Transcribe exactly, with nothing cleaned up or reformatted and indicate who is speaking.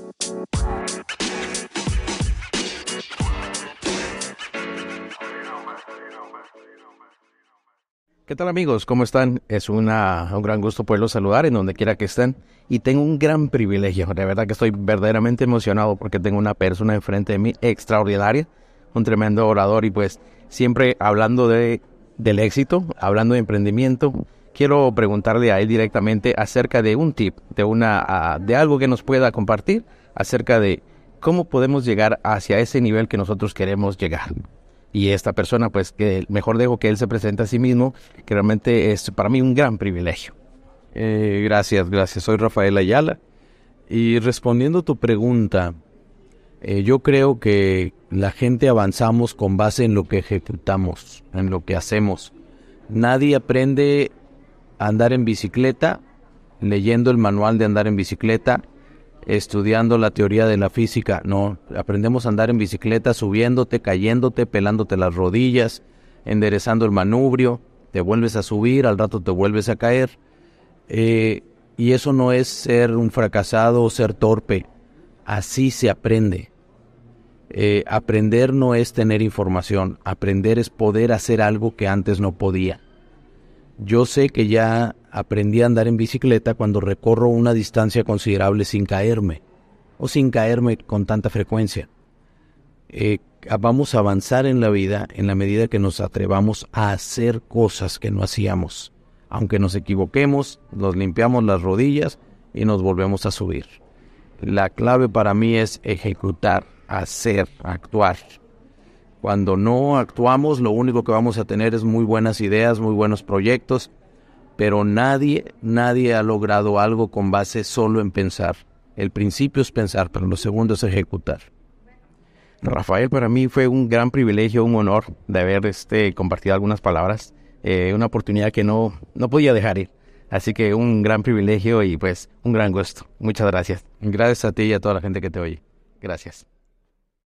Speaker 1: ¿Qué tal, amigos? ¿Cómo están? Es una, un gran gusto poderlos saludar en donde quiera que estén. Y tengo un gran privilegio. De verdad que estoy verdaderamente emocionado porque tengo una persona enfrente de mí extraordinaria, un tremendo orador y pues siempre hablando de, del éxito, hablando de emprendimiento. Quiero preguntarle a él directamente acerca de un tip, de, una, uh, de algo que nos pueda compartir acerca de cómo podemos llegar hacia ese nivel que nosotros queremos llegar. Y esta persona, pues, que mejor dejo que él se presente a sí mismo, que realmente es para mí un gran privilegio.
Speaker 2: Eh, gracias, gracias. Soy Rafael Ayala. Y respondiendo a tu pregunta, eh, yo creo que la gente avanzamos con base en lo que ejecutamos, en lo que hacemos. Nadie aprende a andar en bicicleta leyendo el manual de andar en bicicleta, estudiando la teoría de la física. No, aprendemos a andar en bicicleta subiéndote, cayéndote, pelándote las rodillas, enderezando el manubrio, te vuelves a subir, al rato te vuelves a caer. Eh, y eso no es ser un fracasado o ser torpe. Así se aprende. Eh, aprender no es tener información, aprender es poder hacer algo que antes no podía. Yo sé que ya aprendí a andar en bicicleta cuando recorro una distancia considerable sin caerme, o sin caerme con tanta frecuencia. Eh, vamos a avanzar en la vida en la medida que nos atrevamos a hacer cosas que no hacíamos. Aunque nos equivoquemos, nos limpiamos las rodillas y nos volvemos a subir. La clave para mí es ejecutar, hacer, actuar. Cuando no actuamos, lo único que vamos a tener es muy buenas ideas, muy buenos proyectos, pero nadie, nadie ha logrado algo con base solo en pensar. El principio es pensar, pero lo segundo es ejecutar.
Speaker 1: Rafael, para mí fue un gran privilegio, un honor de haber este, compartido algunas palabras, eh, una oportunidad que no, no podía dejar ir. Así que un gran privilegio y pues un gran gusto. Muchas gracias.
Speaker 2: Gracias a ti y a toda la gente que te oye.
Speaker 1: Gracias.